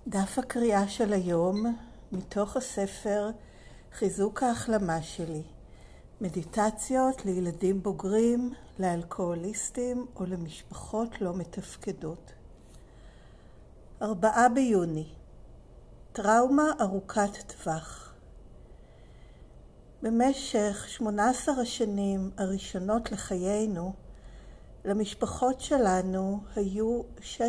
דף הקריאה של היום מתוך הספר חיזוק ההחלמה שלי, מדיטציות לילדים בוגרים, לאלכוהוליסטים או למשפחות לא מתפקדות. 4 ביוני, טראומה ארוכת טווח. במשך 18 השנים הראשונות לחיינו, למשפחות שלנו היו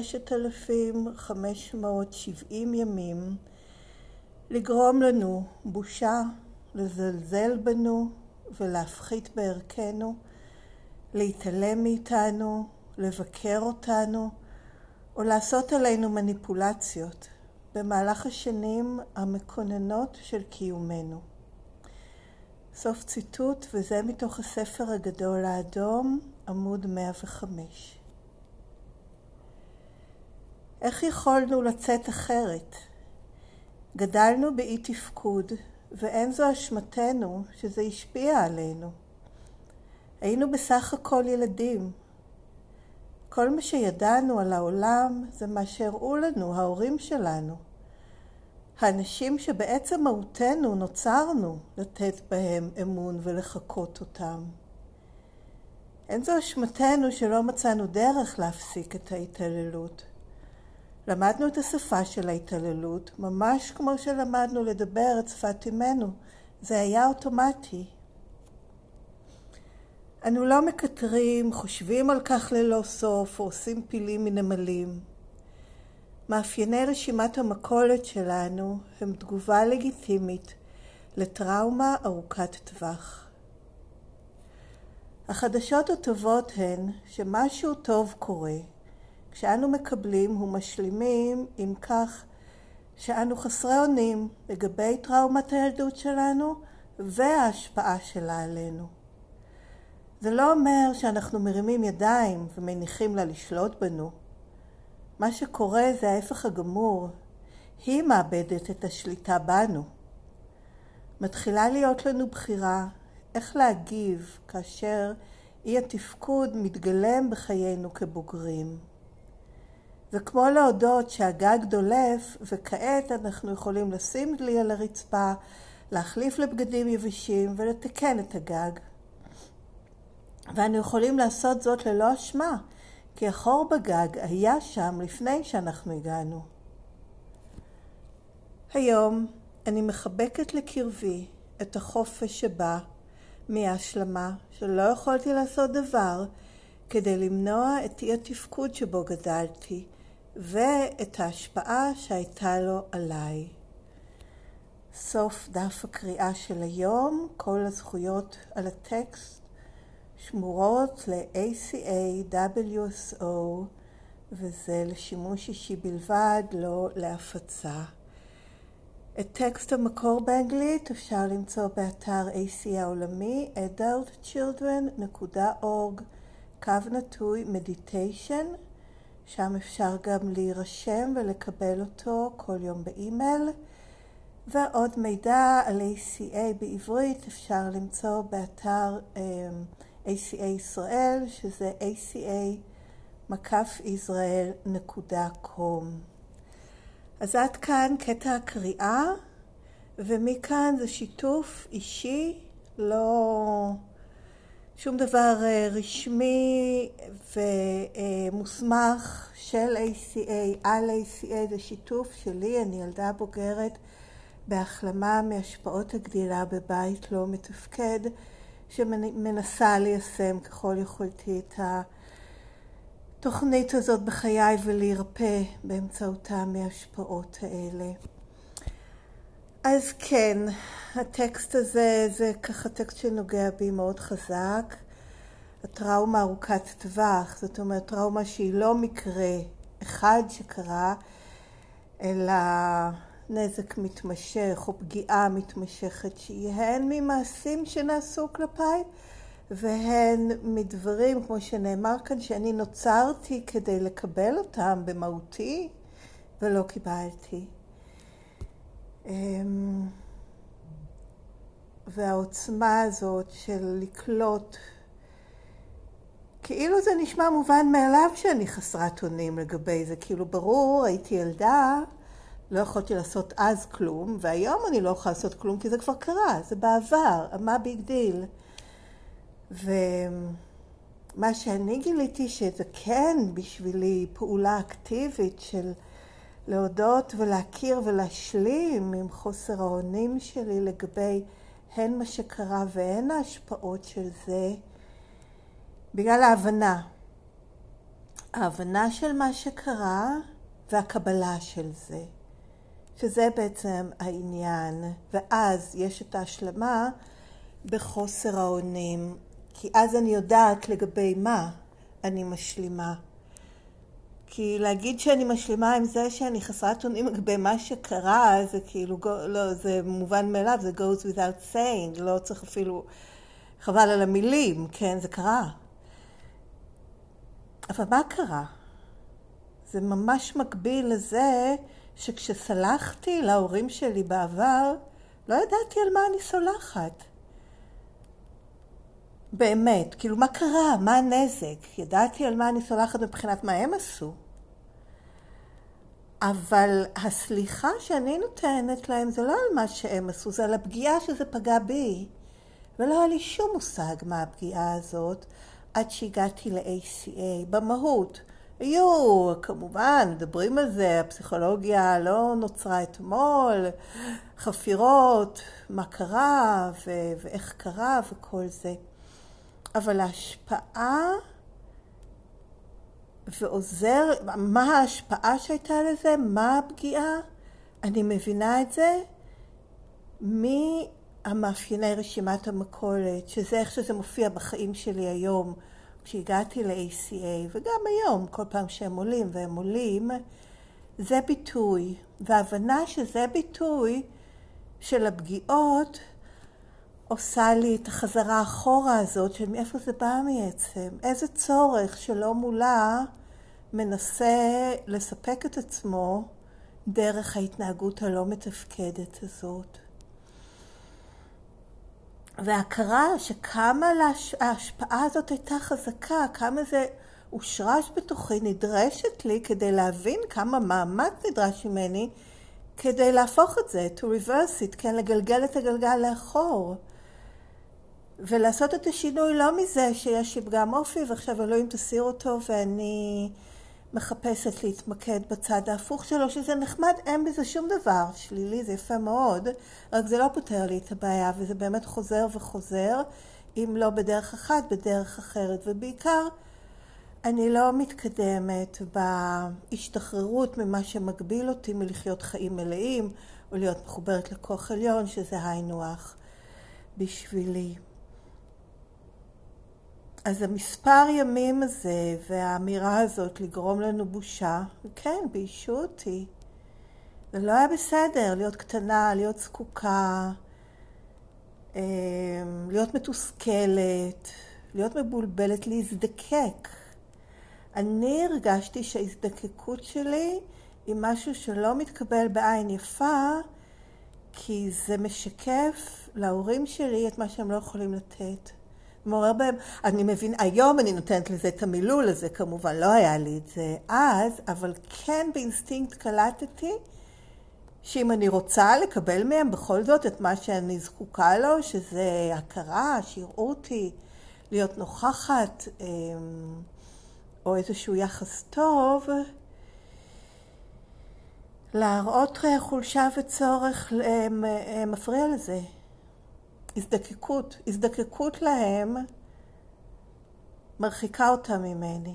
6,570 ימים לגרום לנו בושה, לזלזל בנו ולהפחית בערכנו, להתעלם מאיתנו, לבקר אותנו או לעשות עלינו מניפולציות במהלך השנים המקוננות של קיומנו. סוף ציטוט, וזה מתוך הספר הגדול האדום, עמוד 105. איך יכולנו לצאת אחרת? גדלנו באי תפקוד, ואין זו אשמתנו שזה השפיע עלינו. היינו בסך הכל ילדים. כל מה שידענו על העולם זה מה שהראו לנו ההורים שלנו. האנשים שבעצם מהותנו נוצרנו לתת בהם אמון ולחקות אותם. אין זו אשמתנו שלא מצאנו דרך להפסיק את ההתעללות. למדנו את השפה של ההתעללות, ממש כמו שלמדנו לדבר את שפת אמנו. זה היה אוטומטי. אנו לא מקטרים, חושבים על כך ללא סוף, או עושים פילים מנמלים. מאפייני רשימת המכולת שלנו הם תגובה לגיטימית לטראומה ארוכת טווח. החדשות הטובות הן שמשהו טוב קורה, כשאנו מקבלים ומשלימים עם כך שאנו חסרי אונים לגבי טראומת הילדות שלנו וההשפעה שלה עלינו. זה לא אומר שאנחנו מרימים ידיים ומניחים לה לשלוט בנו. מה שקורה זה ההפך הגמור. היא מאבדת את השליטה בנו. מתחילה להיות לנו בחירה איך להגיב כאשר אי התפקוד מתגלם בחיינו כבוגרים. זה כמו להודות שהגג דולף, וכעת אנחנו יכולים לשים דלי על הרצפה, להחליף לבגדים יבשים ולתקן את הגג. ואנו יכולים לעשות זאת ללא אשמה, כי החור בגג היה שם לפני שאנחנו הגענו. היום אני מחבקת לקרבי את החופש שבא מההשלמה שלא יכולתי לעשות דבר כדי למנוע את אי התפקוד שבו גדלתי ואת ההשפעה שהייתה לו עליי. סוף דף הקריאה של היום. כל הזכויות על הטקסט שמורות ל-ACA WSO, וזה לשימוש אישי בלבד, לא להפצה. את טקסט המקור באנגלית אפשר למצוא באתר ACA העולמי adultchildren.org/meditation. שם אפשר גם להירשם ולקבל אותו כל יום באימייל. ועוד מידע על ACA בעברית אפשר למצוא באתר ACA ישראל, שזה aca-israel.com. אז עד כאן קטע הקריאה, ומכאן זה שיתוף אישי, לא שום דבר רשמי ומוסמך של ACA על ACA. זה שיתוף שלי, אני ילדה בוגרת בהחלמה מהשפעות הגדילה בבית לא מתפקד, שמנסה ליישם ככל יכולתי את התוכנית הזאת בחיי ולהירפא באמצעותה מההשפעות האלה. אז כן, הטקסט הזה זה ככה טקסט שנוגע בי מאוד חזק. הטראומה ארוכת טווח, זאת אומרת טראומה שהיא לא מקרה אחד שקרה, אלא נזק מתמשך או פגיעה מתמשכת שהיא הן ממעשים שנעשו כלפיי והן מדברים, כמו שנאמר כאן, שאני נוצרתי כדי לקבל אותם במהותי ולא קיבלתי. והעוצמה הזאת של לקלוט, כאילו זה נשמע מובן מאליו שאני חסרת אונים לגבי זה, כאילו ברור, הייתי ילדה, לא יכולתי לעשות אז כלום, והיום אני לא יכולה לעשות כלום כי זה כבר קרה, זה בעבר, מה ביג דיל? ומה שאני גיליתי שזה כן בשבילי פעולה אקטיבית של להודות ולהכיר ולהשלים עם חוסר האונים שלי לגבי הן מה שקרה והן ההשפעות של זה, בגלל ההבנה של מה שקרה והקבלה של זה, שזה בעצם העניין. ואז יש את ההשלמה בחוסר האונים, כי אז אני יודעת לגבי מה אני משלימה. כי להגיד שאני משלימה עם זה שאני חסרת אונים לגבי מה שקרה, זה כאילו, לא, זה מובן מאליו, זה goes without saying, לא צריך אפילו, חבל על המילים, כן, זה קרה. אבל מה קרה? זה ממש מקביל לזה שכשסלחתי להורים שלי בעבר, לא ידעתי על מה אני סולחת. באמת, כאילו מה קרה? מה הנזק? ידעתי על מה אני סולחת מבחינת מה הם עשו. אבל הסליחה שאני נותנת להם זה לא על מה שהם עשו, זה על הפגיעה שזה פגע בי. ולא היה לי שום מושג מה הפגיעה הזאת עד שהגעתי ל-ACA. במהות, היו כמובן, מדברים על זה, הפסיכולוגיה לא נוצרה אתמול, חפירות, מה קרה ואיך קרה וכל זה. אבל ההשפעה ועוזר, מה ההשפעה שהייתה לזה, מה הפגיעה, אני מבינה את זה מהמאפייני רשימת המכולת, שזה איך שזה מופיע בחיים שלי היום, כשהגעתי ל-ACA, וגם היום, כל פעם שהם עולים והם עולים, זה ביטוי, וההבנה שזה ביטוי של הפגיעות, עושה לי את החזרה אחורה הזאת של מאיפה זה בא בעצם, איזה צורך שלא מולה מנסה לספק את עצמו דרך ההתנהגות הלא מתפקדת הזאת. וההכרה שכמה ההשפעה הזאת הייתה חזקה, כמה זה הושרש בתוכי, נדרשת לי כדי להבין כמה מאמץ נדרש ממני כדי להפוך את זה, to reverse it, כן, לגלגל את הגלגל לאחור. ולעשות את השינוי לא מזה שיש לי פגם אופי ועכשיו אלוהים תסיר אותו ואני מחפשת להתמקד בצד ההפוך שלו, שזה נחמד, אין בזה שום דבר שלילי, זה יפה מאוד, רק זה לא פותר לי את הבעיה וזה באמת חוזר וחוזר, אם לא בדרך אחת, בדרך אחרת. ובעיקר אני לא מתקדמת בהשתחררות ממה שמגביל אותי מלחיות חיים מלאים או להיות מחוברת לכוח עליון, שזה היינו הך בשבילי. אז המספר ימים הזה והאמירה הזאת לגרום לנו בושה, כן, ביישו אותי. זה לא היה בסדר להיות קטנה, להיות זקוקה, להיות מתוסכלת, להיות מבולבלת, להזדקק. אני הרגשתי שההזדקקות שלי היא משהו שלא מתקבל בעין יפה, כי זה משקף להורים שלי את מה שהם לא יכולים לתת. מעורר בהם, אני מבין, היום אני נותנת לזה את המילול הזה, כמובן לא היה לי את זה אז, אבל כן באינסטינקט קלטתי שאם אני רוצה לקבל מהם בכל זאת את מה שאני זקוקה לו, שזה הכרה, שיראו אותי, להיות נוכחת, או איזשהו יחס טוב, להראות חולשה וצורך מפריע לזה. הזדקקות להם מרחיקה אותם ממני.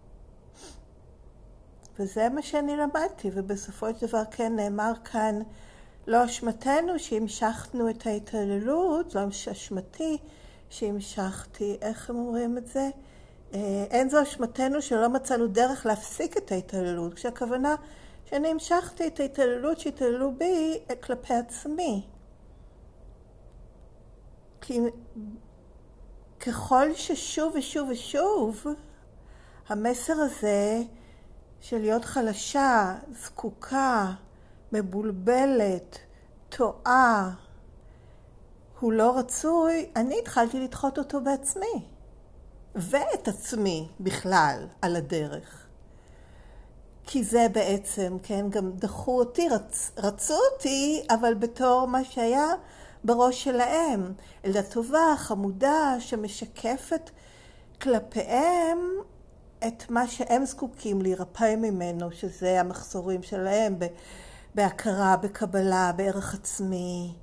וזה מה שאני למדתי, ובסופו של דבר כן נאמר כאן, לא אשמתנו שהמשכנו את ההתעללות, לא אשמתי שהמשכתי, איך הם אומרים את זה? אין זו אשמתנו שלא מצאנו דרך להפסיק את ההתעללות, כשהכוונה שאני המשכתי את ההתעללות שהתעללו בי כלפי עצמי. כי ככל ששוב ושוב ושוב, המסר הזה של להיות חלשה, זקוקה, מבולבלת, טועה, הוא לא רצוי, אני התחלתי לדחות אותו בעצמי, ואת עצמי בכלל על הדרך. כי זה בעצם, כן, גם דחו אותי, רצו אותי, אבל בתור מה שהיה בראש שלהם. ילדה טובה, חמודה, שמשקפת כלפיהם את מה שהם זקוקים להירפא ממנו, שזה המחסורים שלהם בהכרה, בקבלה, בערך עצמי.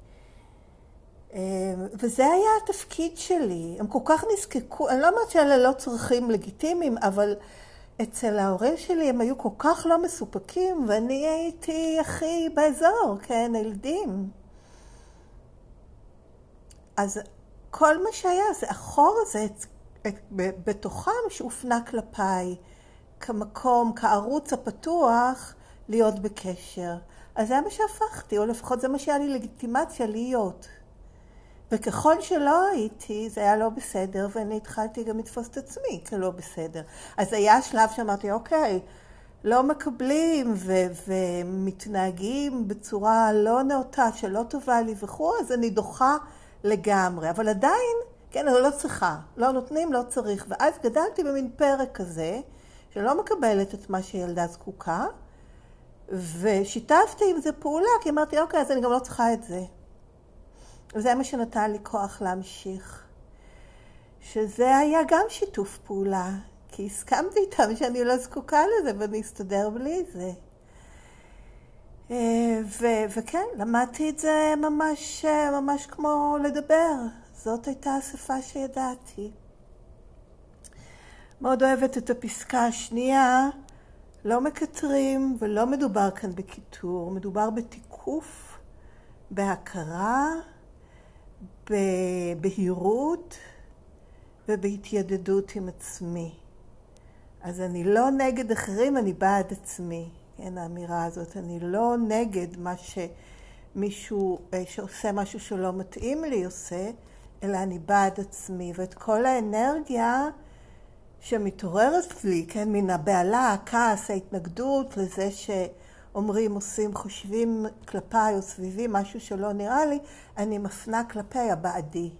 וזה היה התפקיד שלי. הם כל כך נזקקו, אני לא אומרת שאלה לא צרכים לגיטימיים, אבל אצל ההורים שלי הם היו כל כך לא מסופקים, ואני הייתי הכי באזור, כן, הילדים. אז כל מה שהיה, זה החור הזה בתוכם שהופנה כלפיי, כמקום, כערוץ הפתוח, להיות בקשר. אז זה מה שהפכתי, או לפחות זה מה שהיה לי לגיטימציה להיות. וככל שלא הייתי, זה היה לא בסדר, ואני התחלתי גם לתפוס את עצמי כלא בסדר. אז היה שלב שאמרתי, אוקיי, לא מקבלים ומתנהגים בצורה לא נאותה, שלא טובה לי וכו', אז אני דוחה לגמרי. אבל עדיין, כן, אני לא צריכה, לא נותנים, לא צריך. ואז גדלתי במין פרק כזה, שלא מקבלת את מה שילדה זקוקה, ושיתפתי עם זה פעולה, כי אמרתי, אוקיי, אז אני גם לא צריכה את זה. וזה מה שנתן לי כוח להמשיך. שזה היה גם שיתוף פעולה, כי הסכמתי איתם שאני לא זקוקה לזה, ואני אסתדר בלי זה. וכן, למדתי את זה ממש כמו לדבר. זאת הייתה השפה שידעתי. מאוד אוהבת את הפסקה השנייה. לא מקטרים ולא מדובר כאן בקיטור, מדובר בתיקוף, בהכרה, בבהירות ובהתיידדות עם עצמי. אז אני לא נגד אחרים, אני בעד עצמי. כן, האמירה הזאת, אני לא נגד מה שמישהו שעושה משהו שלא מתאים לי עושה, אלא אני בעד עצמי. ואת כל האנרגיה שמתעוררת לי, כן, מן הבעלה, הכעס, ההתנגדות לזה שאומרים, עושים, חושבים כלפיי או סביבי משהו שלא נראה לי, אני מפנה כלפי הבעדי.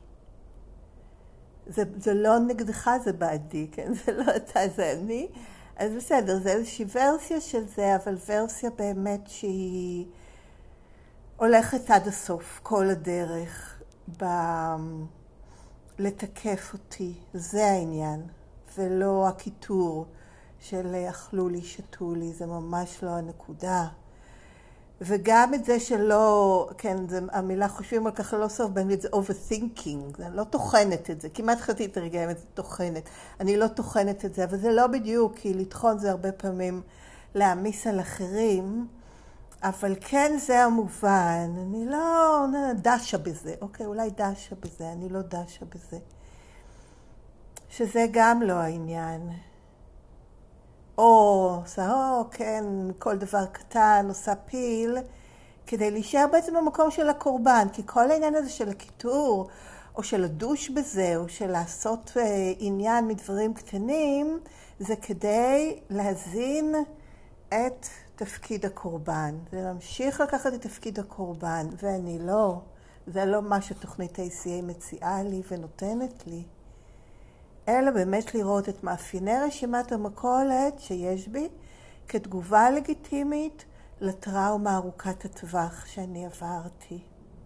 זה לא נגדך, זה בעדי, כן? זה לא אתה, זה אני. אז בסדר, זה איזושהי ורסיה של זה, אבל ורסיה באמת שהיא הולכת עד הסוף, כל הדרך, לתקף אותי. זה העניין, ולא הקיטור של אכלו לי, שתו לי, זה ממש לא הנקודה. וגם את זה שלא, כן, זה, המילה חושבים על כך לא סוף, באנגלית זה overthinking, אני לא תוכנת את זה, כמעט חצי לתרגם את זה תוכנת. אני לא תוכנת את זה, אבל זה לא בדיוק, כי לתחון זה הרבה פעמים להעמיס על אחרים, אבל כן זה המובן, אני לא דשה בזה, אוקיי, אולי דשה בזה, אני לא דשה בזה. שזה גם לא העניין. או, כן, כל דבר קטן, עושה פיל, כדי להישאר בעצם במקום של הקורבן, כי כל העניין הזה של הקיטור, או של לדוש בזה, או של לעשות עניין מדברים קטנים, זה כדי להזין את תפקיד הקורבן. זה להמשיך לקחת את תפקיד הקורבן, ואני לא. זה לא מה שתוכנית ה-ACA מציעה לי ונותנת לי. אלא באמת לראות את מאפייני רשימת המכולת שיש בי כתגובה לגיטימית לטראומה ארוכת הטווח שאני עברתי.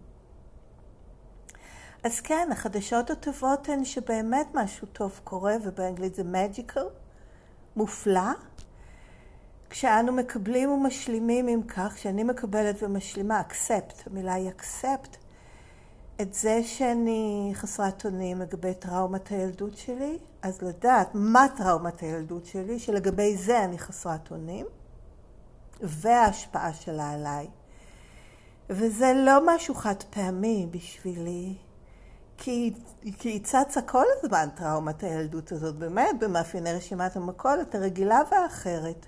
אז כן, החדשות הטובות הן שבאמת משהו טוב קורה, ובאנגלית זה magical, מופלא. כשאנו מקבלים ומשלימים עם כך, שאני מקבלת ומשלימה, accept, המילה היא accept, את זה שאני חסרת אונים לגבי טראומת הילדות שלי, אז לדעת מה טראומת הילדות שלי, שלגבי זה אני חסרת אונים, וההשפעה שלה עליי. וזה לא משהו חד פעמי בשבילי, כי היא צצה כל הזמן טראומת הילדות הזאת, באמת, במאפייני רשימת המכולת הרגילה והאחרת.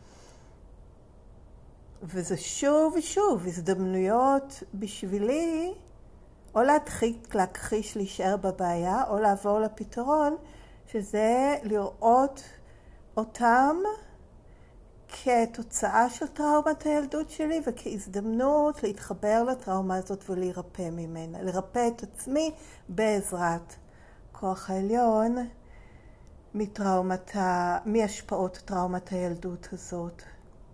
וזה שוב ושוב הזדמנויות בשבילי, או להכחיש להישאר בבעיה, או לעבור לפתרון, שזה לראות אותם כתוצאה של טראומת הילדות שלי, וכהזדמנות להתחבר לטראומה הזאת ולהירפא ממנה. לרפא את עצמי בעזרת כוח העליון מהשפעות טראומת הילדות הזאת.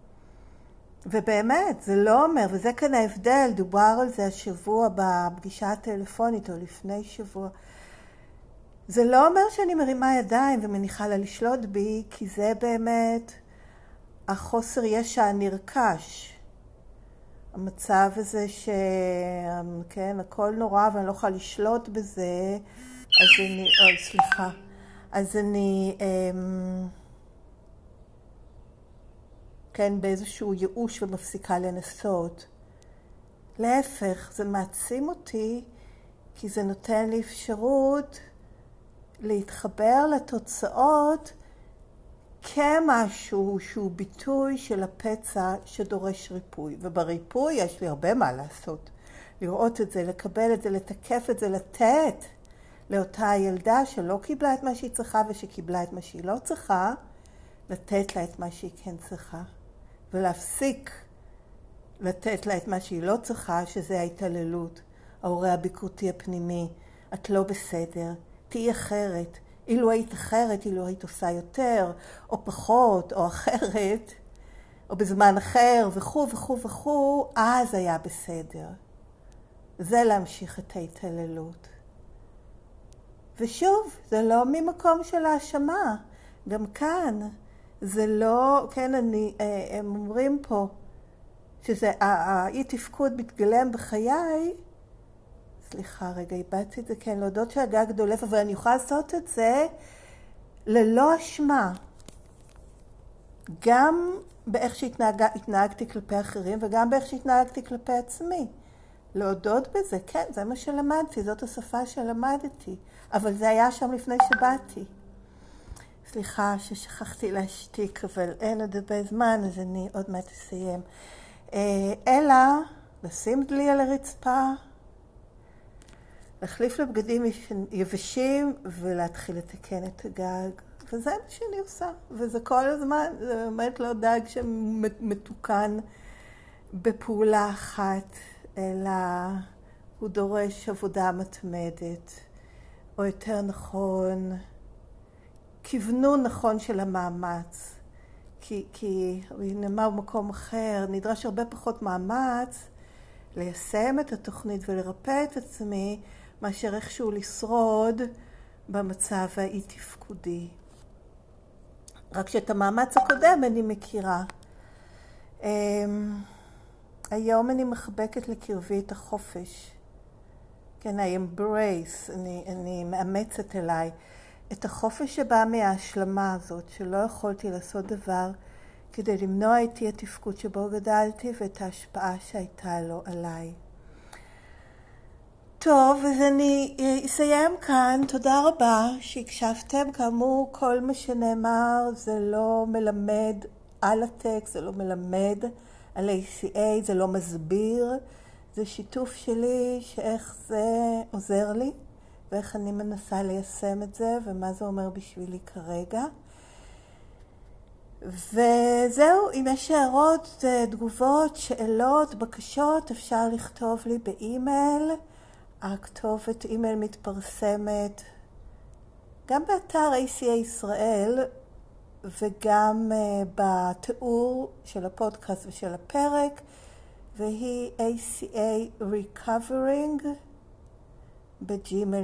ובאמת, זה לא אומר, וזה כאן ההבדל, דובר על זה השבוע בפגישה הטלפונית או לפני שבוע. זה לא אומר שאני מרימה ידיים ומניחה לה לשלוט בי, כי זה באמת החוסר ישע הנרכש. המצב הזה כן, הכל נורא ואני לא יכולה לשלוט בזה, אז אני, סליחה, אז אני, כן, באיזשהו ייאוש ומפסיקה לנסות. להפך, זה מעצים אותי, כי זה נותן לי אפשרות להתחבר לתוצאות כמשהו שהוא ביטוי של הפצע שדורש ריפוי. ובריפוי יש לי הרבה מה לעשות. לראות את זה, לקבל את זה, לתקף את זה, לתת לאותה ילדה שלא קיבלה את מה שהיא צריכה ושקיבלה את מה שהיא לא צריכה, לתת לה את מה שהיא כן צריכה. ולהפסיק לתת לה את מה שהיא לא צריכה, שזה ההתעללות, ההורה הביקורתי הפנימי. את לא בסדר, תהי אחרת. אילו היית אחרת, אילו היית עושה יותר, או פחות, או אחרת, או בזמן אחר, וכו' וכו' וכו', אז היה בסדר. זה להמשיך את ההתעללות. ושוב, זה לא ממקום של האשמה. גם כאן, זה לא, כן, הם אומרים פה, שזה, האי תפקוד מתגלם בחיי, סליחה, רגע, איבדתי את זה, כן, להודות שהגג דולף, אבל אני יכולה לעשות את זה ללא אשמה. גם באיך שהתנהגתי כלפי אחרים, וגם באיך שהתנהגתי כלפי עצמי. להודות בזה, כן, זה מה שלמדתי, זאת השפה שלמדתי. אבל זה היה שם לפני שבאתי. סליחה ששכחתי להשתיק, אבל אין עוד הרבה זמן, אז אני עוד מעט אסיים. אלא, לשים דלי על הרצפה, להחליף לבגדים יבשים ולהתחיל לתקן את הגג. וזה מה שאני עושה. וזה כל הזמן, זה באמת לא דג שמתוקן בפעולה אחת, אלא הוא דורש עבודה מתמדת, או יותר נכון, כיוונון נכון של המאמץ. כי נאמר במקום אחר, נדרש הרבה פחות מאמץ ליישם את התוכנית ולרפא את עצמי, מאשר איכשהו לשרוד במצב האי תפקודי. רק שאת המאמץ הקודם אני מכירה. היום אני מחבקת לקרבי את החופש. כן, I embrace, אני מאמצת אליי את החופש שבא מההשלמה הזאת, שלא יכולתי לעשות דבר כדי למנוע איתי התפקוד שבו גדלתי ואת ההשפעה שהייתה לו עליי. טוב, אז אני אסיים כאן. תודה רבה שהקשבתם. כאמור, כל מה שנאמר זה לא מלמד על הטקסט, זה לא מלמד על ACA, זה לא מסביר. זה שיתוף שלי שאיך זה עוזר לי, ואיך אני מנסה ליישם את זה, ומה זה אומר בשבילי כרגע. וזהו, אם יש הערות, תגובות, שאלות, בקשות, אפשר לכתוב לי באימייל. הכתובת אימייל מתפרסמת גם באתר ACA ישראל, וגם בתיאור של הפודקאסט ושל הפרק, והיא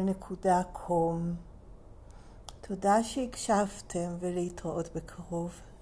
acarecovering@gmail.com. תודה שהקשבתם ולהתראות בקרוב.